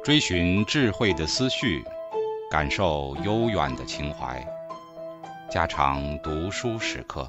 追寻智慧的思绪，感受悠远的情怀，家常读书时刻。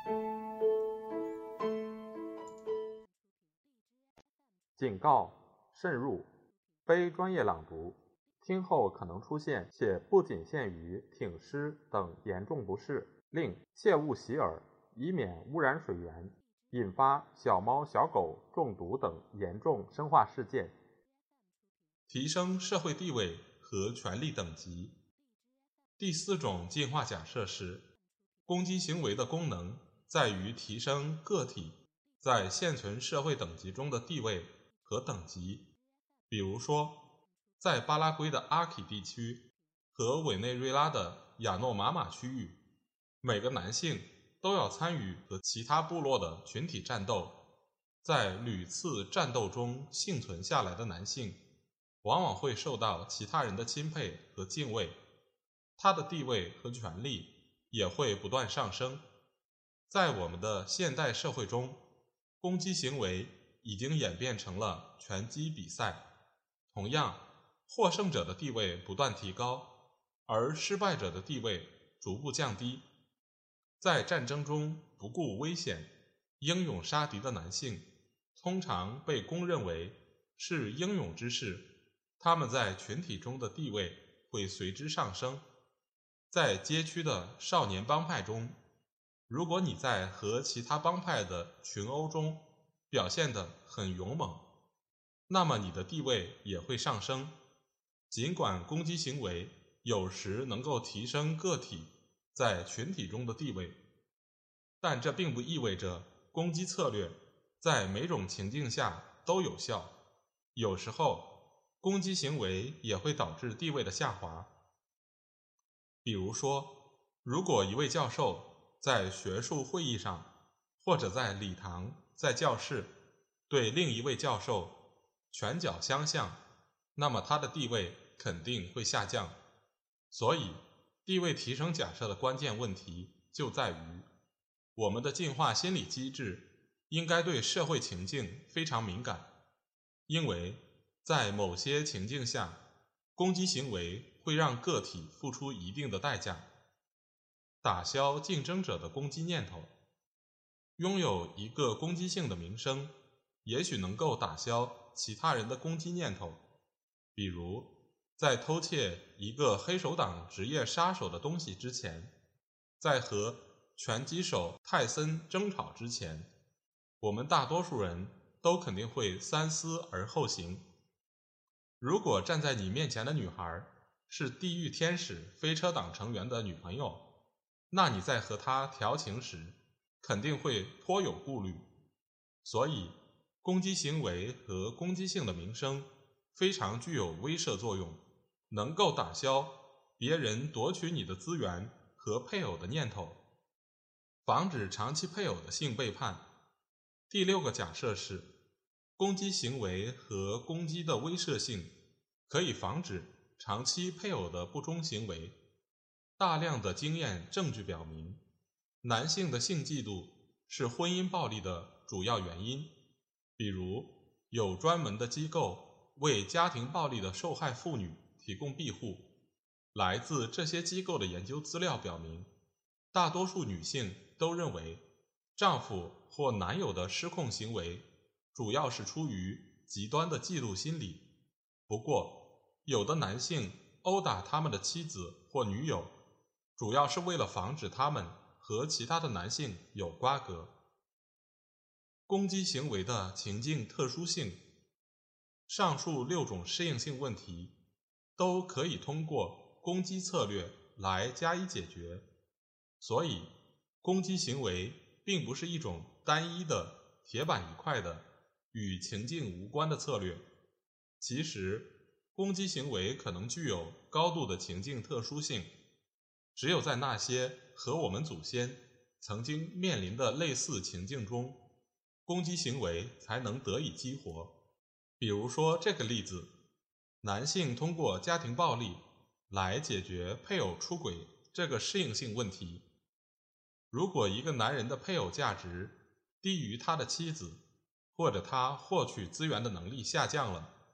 警告：慎入，非专业朗读，听后可能出现且不仅限于挺尸等严重不适，另切勿洗耳，以免污染水源，引发小猫小狗中毒等严重生化事件。 提升社会地位和权力等级。第四种进化假设是，攻击行为的功能在于提升个体在现存社会等级中的地位和等级。比如说，在巴拉圭的阿基地区和委内瑞拉的亚诺马马区域，每个男性都要参与和其他部落的群体战斗。在屡次战斗中幸存下来的男性往往会受到其他人的钦佩和敬畏，他的地位和权力也会不断上升。在我们的现代社会中，攻击行为已经演变成了拳击比赛，同样，获胜者的地位不断提高，而失败者的地位逐步降低。在战争中不顾危险、英勇杀敌的男性，通常被公认为是英勇之士，他们在群体中的地位会随之上升。在街区的少年帮派中，如果你在和其他帮派的群殴中表现得很勇猛，那么你的地位也会上升。尽管攻击行为有时能够提升个体在群体中的地位，但这并不意味着攻击策略在每种情境下都有效。有时候，攻击行为也会导致地位的下滑。比如说，如果一位教授在学术会议上，或者在礼堂、在教室，对另一位教授拳脚相向，那么他的地位肯定会下降。所以，地位提升假设的关键问题就在于，我们的进化心理机制应该对社会情境非常敏感，因为在某些情境下，攻击行为会让个体付出一定的代价。打消竞争者的攻击念头。拥有一个攻击性的名声，也许能够打消其他人的攻击念头。比如，在偷窃一个黑手党职业杀手的东西之前，在和拳击手泰森争吵之前，我们大多数人都肯定会三思而后行。如果站在你面前的女孩是地狱天使飞车党成员的女朋友，那你在和她调情时肯定会颇有顾虑。所以，攻击行为和攻击性的名声非常具有威慑作用，能够打消别人夺取你的资源和配偶的念头，防止长期配偶的性背叛。第六个假设是，攻击行为和攻击的威慑性可以防止长期配偶的不忠行为。大量的经验证据表明，男性的性嫉妒是婚姻暴力的主要原因。比如，有专门的机构为家庭暴力的受害妇女提供庇护。来自这些机构的研究资料表明，大多数女性都认为丈夫或男友的失控行为主要是出于极端的嫉妒心理。不过，有的男性殴打他们的妻子或女友，主要是为了防止他们和其他的男性有瓜葛。攻击行为的情境特殊性。上述6种适应性问题都可以通过攻击策略来加以解决。所以，攻击行为并不是一种单一的铁板一块的与情境无关的策略。其实，攻击行为可能具有高度的情境特殊性，只有在那些和我们祖先曾经面临的类似情境中，攻击行为才能得以激活。比如说这个例子，男性通过家庭暴力来解决配偶出轨这个适应性问题。如果一个男人的配偶价值低于他的妻子，或者他获取资源的能力下降了，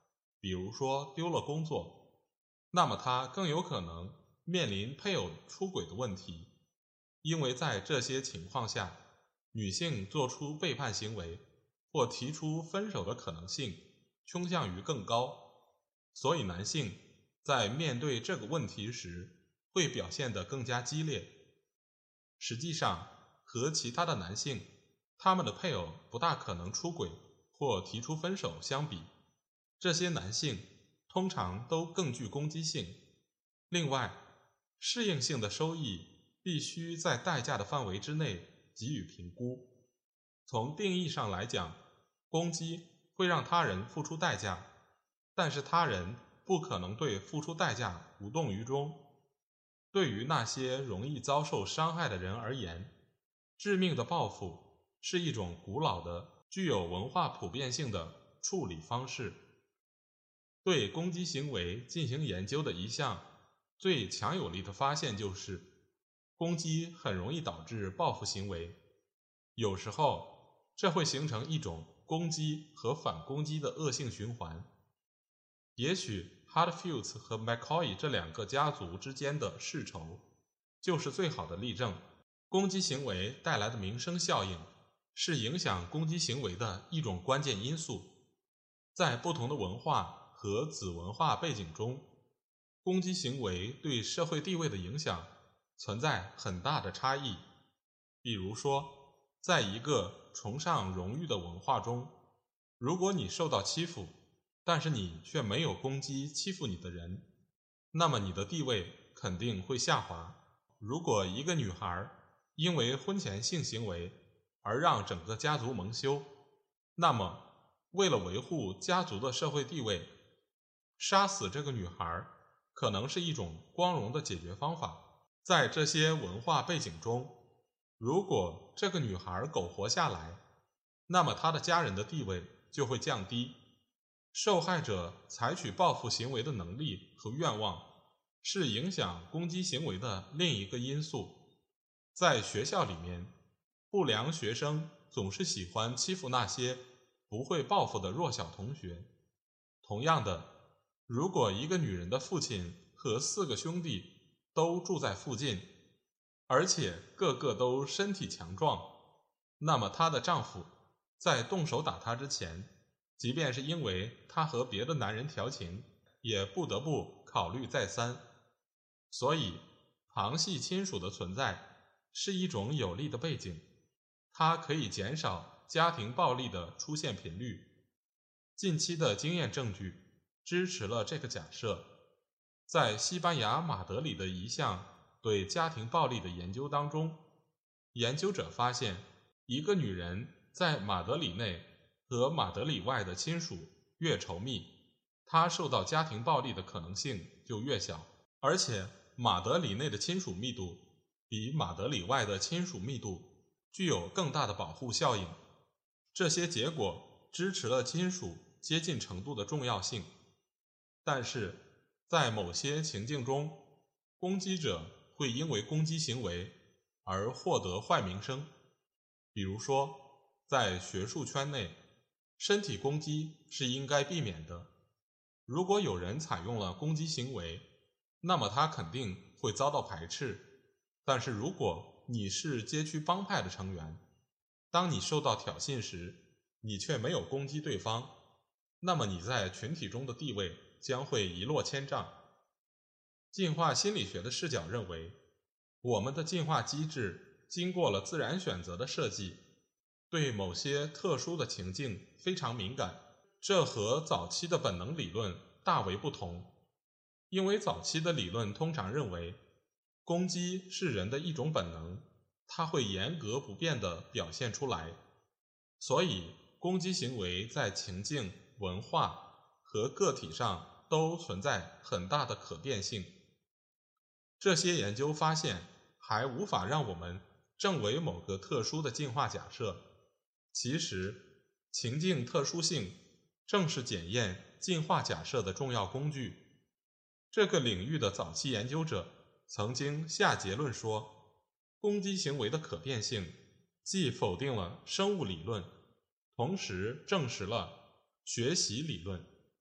比如说丢了工作，那么他更有可能面临配偶出轨的问题，因为在这些情况下，女性做出背叛行为或提出分手的可能性倾向于更高，所以男性在面对这个问题时会表现得更加激烈。实际上，和其他的男性，他们的配偶不大可能出轨或提出分手相比，这些男性通常都更具攻击性。另外，适应性的收益必须在代价的范围之内给予评估。从定义上来讲，攻击会让他人付出代价，但是他人不可能对付出代价无动于衷。对于那些容易遭受伤害的人而言，致命的报复是一种古老的、具有文化普遍性的处理方式。对攻击行为进行研究的一项最强有力的发现就是，攻击很容易导致报复行为，有时候这会形成一种攻击和反攻击的恶性循环。也许 Hardfields 和 McCoy 这两个家族之间的世仇就是最好的例证。攻击行为带来的名声效应是影响攻击行为的一种关键因素。在不同的文化和子文化背景中，攻击行为对社会地位的影响存在很大的差异。比如说，在一个崇尚荣誉的文化中，如果你受到欺负，但是你却没有攻击欺负你的人，那么你的地位肯定会下滑。如果一个女孩因为婚前性行为而让整个家族蒙羞，那么为了维护家族的社会地位，杀死这个女孩可能是一种光荣的解决方法。在这些文化背景中，如果这个女孩苟活下来，那么她的家人的地位就会降低。受害者采取报复行为的能力和愿望是影响攻击行为的另一个因素。在学校里面，不良学生总是喜欢欺负那些不会报复的弱小同学。同样的，如果一个女人的父亲和4个兄弟都住在附近，而且个个都身体强壮，那么她的丈夫在动手打她之前，即便是因为她和别的男人调情，也不得不考虑再三。所以，旁系亲属的存在是一种有利的背景，它可以减少家庭暴力的出现频率。近期的经验证据支持了这个假设。在西班牙马德里的一项对家庭暴力的研究当中，研究者发现，一个女人在马德里内和马德里外的亲属越稠密，她受到家庭暴力的可能性就越小，而且马德里内的亲属密度比马德里外的亲属密度具有更大的保护效应。这些结果支持了亲属接近程度的重要性。但是在某些情境中，攻击者会因为攻击行为而获得坏名声。比如说，在学术圈内，身体攻击是应该避免的。如果有人采用了攻击行为，那么他肯定会遭到排斥。但是如果你是街区帮派的成员，当你受到挑衅时，你却没有攻击对方，那么你在群体中的地位将会一落千丈。进化心理学的视角认为，我们的进化机制经过了自然选择的设计，对某些特殊的情境非常敏感。这和早期的本能理论大为不同，因为早期的理论通常认为，攻击是人的一种本能，它会严格不变地表现出来，所以攻击行为在情境、文化和个体上都存在很大的可变性。这些研究发现还无法让我们证伪某个特殊的进化假设。其实，情境特殊性正是检验进化假设的重要工具。这个领域的早期研究者曾经下结论说，攻击行为的可变性既否定了生物理论，同时证实了学习理论。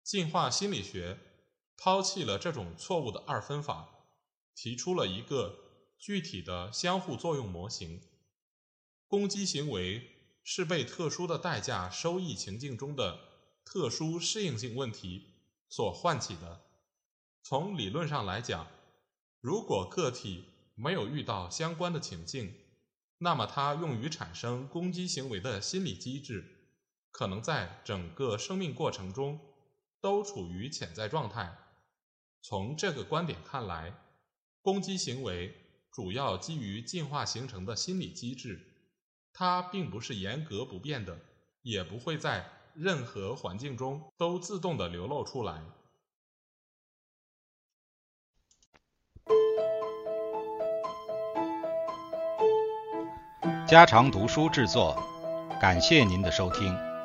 进化心理学抛弃了这种错误的二分法，提出了一个具体的相互作用模型。攻击行为是被特殊的代价收益情境中的特殊适应性问题所唤起的。从理论上来讲，如果个体没有遇到相关的情境，那么它用于产生攻击行为的心理机制可能在整个生命过程中都处于潜在状态。从这个观点看来，攻击行为主要基于进化形成的心理机制，它并不是严格不变的，也不会在任何环境中都自动地流露出来。 家常读书制作，感谢您的收听。